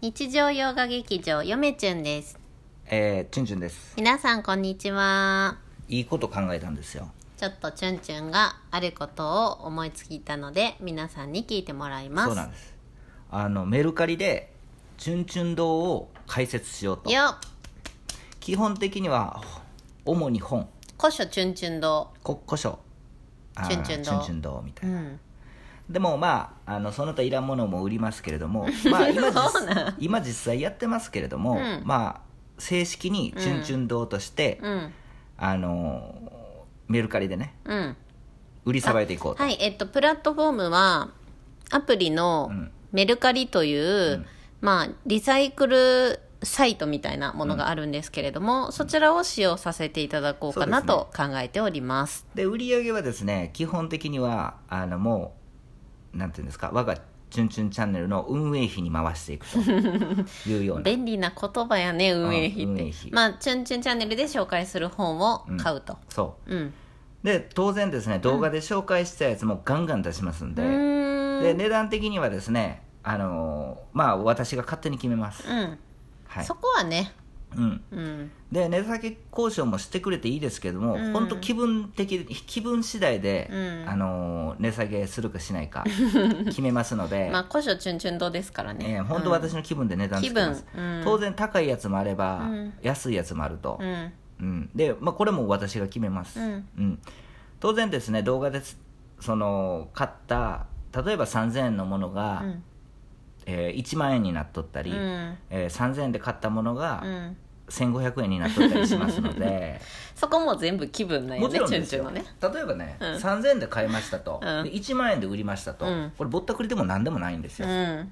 日常洋画劇場よめちゅんです。 チュンチュンです。 皆さんこんにちは。 いいこと考えたんですよ。 ちょっとチュンチュンがあることを思いついたので皆さんに聞いてもらいます。 そうなんです。メルカリでチュンチュン堂を開設しようと。基本的には主に本、 古書チュンチュン堂、 古書チュンチュン堂、 チュンチュン堂みたいな、でもその他いらんものも売りますけれども、今実際やってますけれども、正式にチュンチュン堂として、メルカリでね、売りさばいていこうと。 プラットフォームはアプリのメルカリという、リサイクルサイトみたいなものがあるんですけれども、そちらを使用させていただこうかなと考えております。 で、売り上げはですね、基本的にはもうなんていうんですか、我がチュンチュンチャンネルの運営費に回していくというような便利な言葉やね、運営費って。 運営費、 チュンチュンチャンネルで紹介する本を買うと、 そう、で当然ですね、動画で紹介したやつもガンガン出しますんで、で値段的にはですね、私が勝手に決めます、 そこはね、 で値下げ交渉もしてくれていいですけども、本当気分次第で、値下げするかしないか決めますので古書チュンチュン堂ですからね、 本当私の気分で値段つけます、当然高いやつもあれば、安いやつもあると、で、これも私が決めます、当然ですね、動画で買った例えば3000円のものが、1万円になっとったり、3000円で買ったものが、1500円になっとったりしますのでそこも全部気分なんよね。 もちろんですよ。 チュンチュンのね、 例えばね、3000円で買いましたと、で1万円で売りましたと、これぼったくりでも何でもないんですよ、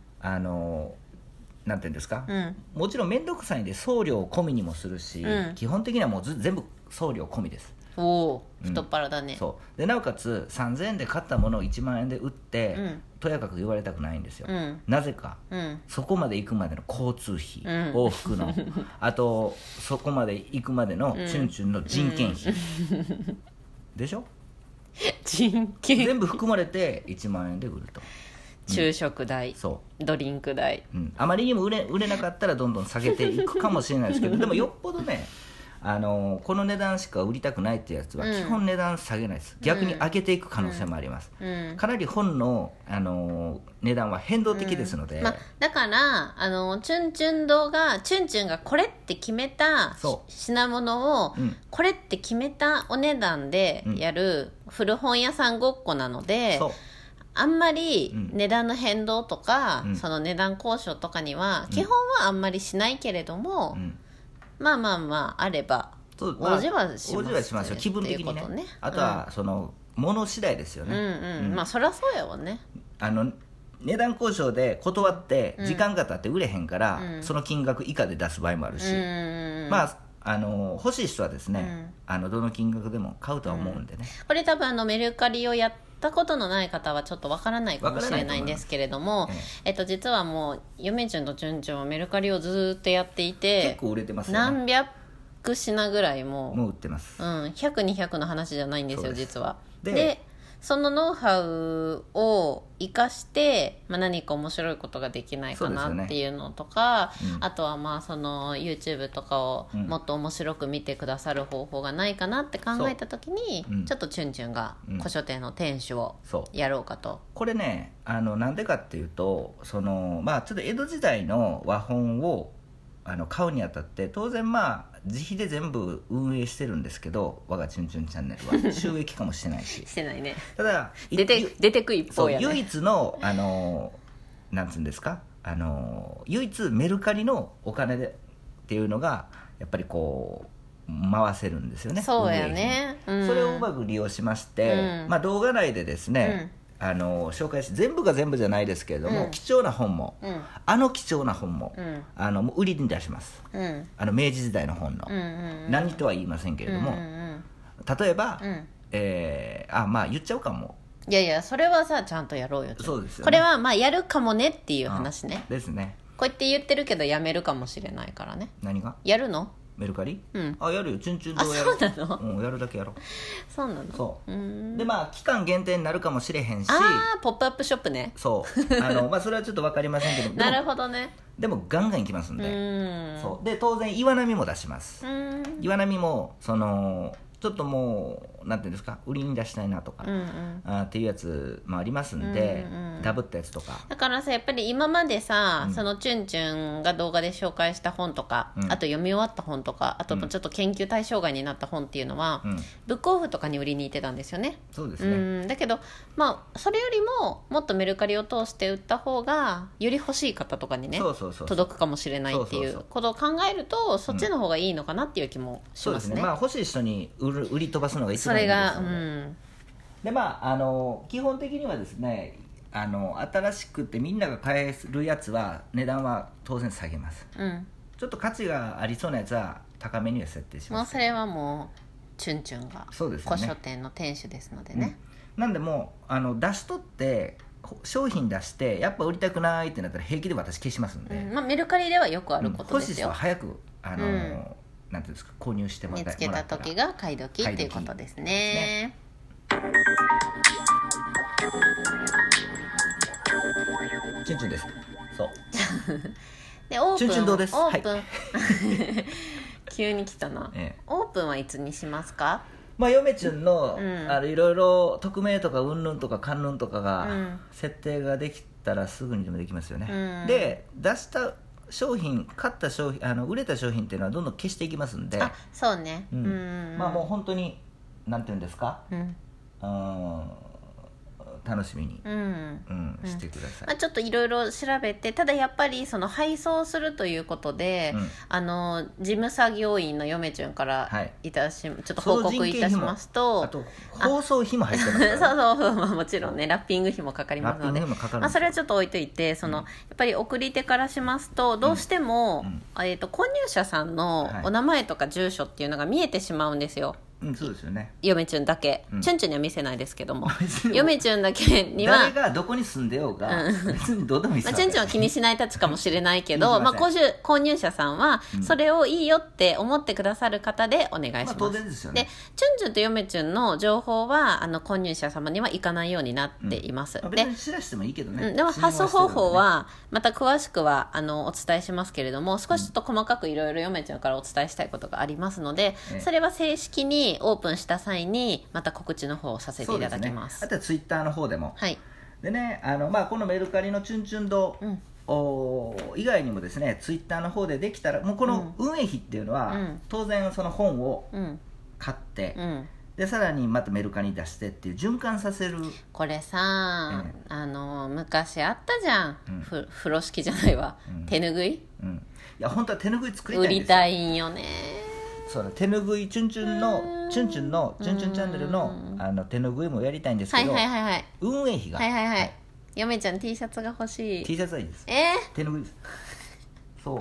なんていうんですか、もちろん面倒くさいんで送料込みにもするし、基本的にはもう全部送料込みです。 太っ腹だね。 そうで、なおかつ3000円で買ったものを1万円で売って、とやかく言われたくないんですよ、なぜか、そこまで行くまでの交通費、往復のあとそこまで行くまでのチュンチュンの人件費、でしょ、 人件費全部含まれて1万円で売ると。 昼食代、ドリンク代、 あまりにも売れなかったらどんどん下げていくかもしれないですけどでもよっぽどね、この値段しか売りたくないってやつは基本値段下げないです、逆に上げていく可能性もあります、かなり本の、値段は変動的ですので、 だからチュンチュン堂がチュンチュンがこれって決めた品物を、これって決めたお値段でやる古本屋さんごっこなので、あんまり値段の変動とか、その値段交渉とかには基本はあんまりしないけれども、あれば応じはしますよ、 気分的にね。あとはその物次第ですよね。 そりゃそうやわね。 値段交渉で断って時間が経って売れへんから、その金額以下で出す場合もあるし、欲しい人はですね、どの金額でも買うとは思うんでね、 これ多分メルカリをやったことのない方はちょっとわからないかもしれないんですけれども、実はもうゆめちゅんとちゅんちゅんはメルカリをずっとやっていて、 結構売れてますよね。 何百品ぐらいもう売ってます、 100、200の話じゃないんですよ、実は。 でそのノウハウを生かして、何か面白いことができないかなっていうのとか、あとはその YouTube とかをもっと面白く見てくださる方法がないかなって考えた時に、ちょっとチュンチュンが古書店の店主をやろうかと。 これね、なんでかっていうと、ちょっと江戸時代の和本を買うにあたって当然自費で全部運営してるんですけど、我がチュンチュンチャンネルは収益化もしてないししてないね。 ただ出てく一方やね。 唯一のなんつうんですか、唯一メルカリのお金でっていうのがやっぱりこう回せるんですよね。 そうやね、 それをうまく利用しまして、動画内でですね、紹介し、全部が全部じゃないですけれども、貴重な本も、貴重な本も、もう売りに出します、明治時代の本の、何とは言いませんけれども、例えば、言っちゃうかも。 いやそれはさ、ちゃんとやろうよ。 そうですよね。 これはやるかもねっていう話ね、 ですね。 こうやって言ってるけどやめるかもしれないからね。 何がやるの？ メルカリ？やるよ、チュンチュン堂やる。そうなの？ やるだけやろう。 そうなの？ そうで、期間限定になるかもしれへんし、 ポップアップショップね。 そうそれはちょっと分かりませんけどなるほどね。 でもガンガンいきますんで、そうで当然岩波も出します。岩波もそのちょっともうなんていうんですか、売りに出したいなとか、っていうやつもありますんで、ダブったやつとか。 だからさ、やっぱり今までさ、そのチュンチュンが動画で紹介した本とか、あと読み終わった本とか、あとちょっと研究対象外になった本っていうのは、ブックオフとかに売りに行ってたんですよね。 そうですね。 だけどまあそれよりももっとメルカリを通して売った方がより欲しい方とかにね届くかもしれないっていうことを考えると、そっちの方がいいのかなっていう気もしますね。 そうですね。まあ欲しい人に売り飛ばすのが一番いいですので。それが、でまあ基本的にはですね、新しくてみんなが買えるやつは値段は当然下げます、ちょっと価値がありそうなやつは高めには設定します。 もうそれはもうチュンチュンが古書店の店主ですのでね、 なんでもう出しとって商品出してやっぱ売りたくないってなったら平気で私消しますんで、 メルカリではよくあることですよ。 欲しい人は早くなんていうんですか、購入してもらったら、 見つけた時が買い時っていうことですね。 チュンチュンです。そうでオープンチュンチュン堂です。 オープン、急に来たな、オープンはいつにしますか？ まあ嫁チュンのいろいろ匿名とかうんぬんとかかんぬんとかが設定ができたらすぐにでもできますよね、で出した商品、買った商品、売れた商品っていうのはどんどん消していきますんで、 そうね、 まあもう本当になんていうんですか、楽しみに、してください。 ちょっといろいろ調べて、ただやっぱりその配送するということで、事務作業員の嫁ちゃんからちょっと報告いたしますと、 あと包装費も入ってますから、 そう、まあ、もちろんねラッピング費もかかりますので、それはちょっと置いといて、やっぱり送り手からしますとどうしても、購入者さんのお名前とか住所っていうのが見えてしまうんですよ。 そうですよね。 嫁チュンだけ、チュンチュンには見せないですけども、嫁チュンだけには誰がどこに住んでようが、別にどうでもいいです。 チュンチュンは気にしないたちかもしれないけど、購入者さんはそれをいいよって思ってくださる方でお願いします。 当然ですよね。 でチュンチュンと嫁チュンの情報は購入者様には行かないようになっています、 別に知らしてもいいけどね、 でも発送方法はまた詳しくはお伝えしますけれども、少しちょっと細かくいろいろ嫁チュンからお伝えしたいことがありますので、それは正式にオープンした際にまた告知の方をさせていただきます。 あとはツイッターの方でも、でね、このメルカリのチュンチュン堂、以外にもですね、ツイッターの方でできたら、もうこの運営費っていうのは、当然その本を買って、でさらにまたメルカリに出してっていう循環させる。 これさ、昔あったじゃん、風呂敷じゃないわ、手ぬぐい、いや本当は手ぬぐい作りたいんですよ。 売りたいんよね。 そうだ、手ぬぐいチュンチュンチャンネルの手ぬぐいもやりたいんですけど、運営費が、 嫁ちゃん T シャツが欲しい。 T シャツはいいです。手ぬぐいです。そう、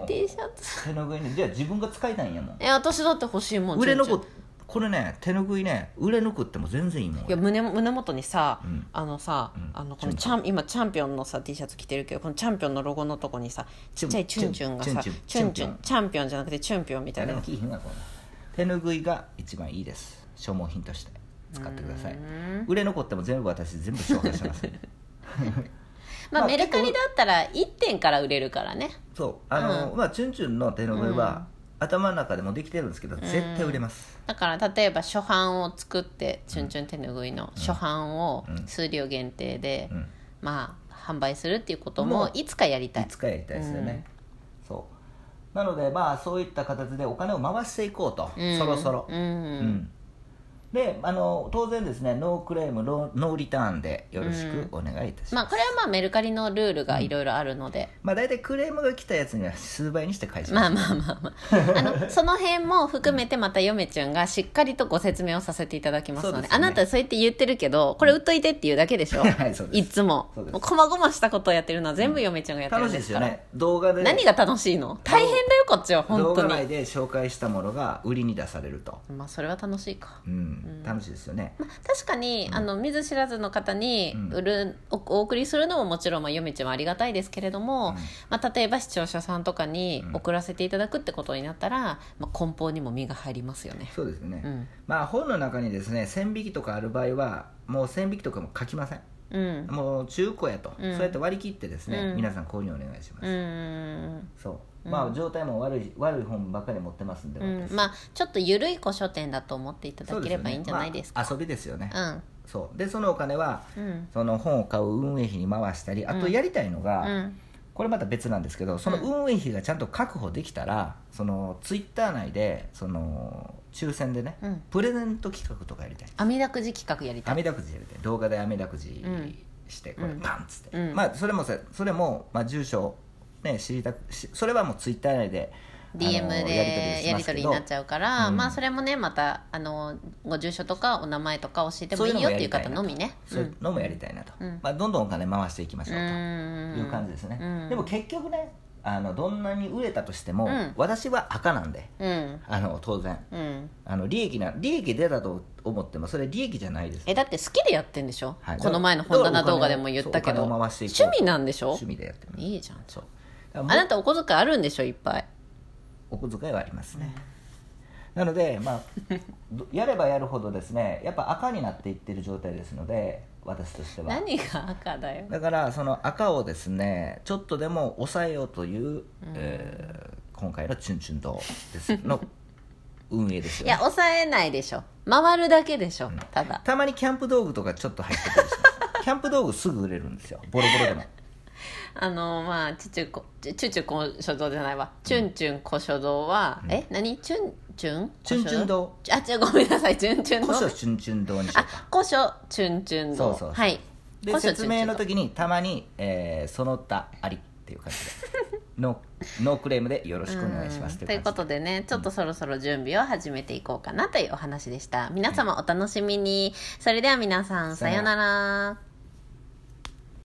T シャツ手ぬぐいね。じゃあ自分が使いたいんやもん。 私だって欲しいもん。 売れ残っこれね、手ぬぐいね、売れ残っても全然いいもん。 いや、胸元にさ、この今チャンピオンのさ T シャツ着てるけど、このチャンピオンのロゴのとこにさ、ちっちゃいチュンチュンがさ、チュンチュン、チャンピオンじゃなくてチュンピオンみたいな。 手ぬぐいが一番いいです。消耗品として使ってください。売れ残っても全部私全部紹介してます。 メルカリだったら1点から売れるからね。 そう、チュンチュンの手ぬぐいは、頭の中でもできてるんですけど、絶対売れます。 だから例えば初版を作って、チュンチュン手ぬぐいの初版を数量限定で、販売するっていうこともいつかやりたい。 いつかやりたいですよね。そうなのでそういった形でお金を回していこうと、そろそろ。で当然ですね、ノークレームノーリターンでよろしくお願いいたします。 これはメルカリのルールがいろいろあるので、 大体クレームが来たやつには数倍にして返します。 その辺も含めてまた嫁ちゃんがしっかりとご説明をさせていただきますので、あなたそうやって言ってるけどこれ売っといてって言うだけでしょ。いつもこまごましたことをやってるのは全部嫁ちゃんがやってるんですから。 楽しいですよね。動画で何が楽しいの？大変だよこっちは本当に。 動画内で紹介したものが売りに出されると、 それは楽しいか。 楽しいですよね。 確かに見ず知らずの方にお送りするのももちろん嫁ちゃんはありがたいですけれども、例えば視聴者さんとかに送らせていただくってことになったら、梱包にも身が入りますよね。 そうですね。本の中にですね線引きとかある場合はもう線引きとかも書きません。 もう中古やと、そうやって割り切ってですね、皆さん購入お願いします。そうまあ状態も悪い本ばっかり持ってますんで、 まあちょっと緩い古書店だと思っていただければいいんじゃないですか。 遊びですよね。そうでそのお金は、その本を買う運営費に回したり、あとやりたいのが、これまた別なんですけど、その運営費がちゃんと確保できたら、そのツイッター内でその抽選でね、プレゼント企画とかやりたい。 あみだくじ企画やりたい。 あみだくじやりたい。動画であみだくじして、これパンっつって、まあそれもまあ住所ね知りたく、それはもうツイッター内で DM でやり取りになっちゃうから、まあそれもねまたご住所とかお名前とか教えてもいいよっていう方のみね、 そういうのもやりたいなと、まあどんどんお金回していきましょうという感じですね。でも結局ね、どんなに売れたとしても、私は赤なんで、当然、利益出たと思ってもそれ利益じゃないです。 だって好きでやってんでしょ、この前の本棚動画でも言ったけど、趣味なんでしょ。 趣味でやってる。 いいじゃん。そう、あなたお小遣いあるんでしょ、いっぱい。 お小遣いはありますね、なのでまあやればやるほどですね、やっぱ赤になっていってる状態ですので、私としては。 何が赤だよ。 だからその赤をですねちょっとでも抑えようという、今回のチュンチュン堂ですの運営ですよ、ね、 いや抑えないでしょ、回るだけでしょ、ただたまにキャンプ道具とかちょっと入ってたりしますキャンプ道具すぐ売れるんですよ、ボロボロでも。 まあチュチュ古書堂じゃないわ、チュンチュン古書堂は、何チュンチュンチュンチュン堂、 ごめんなさい、チュンチュン堂、 古書チュンチュン堂にしようか。 古書チュンチュン堂、 そうはい。 で説明の時にたまに、その他ありっていう感じでノークレームでよろしくお願いしますということでね、ちょっとそろそろ準備を始めていこうかなというお話でした。皆様お楽しみに。それでは皆さんさようなら。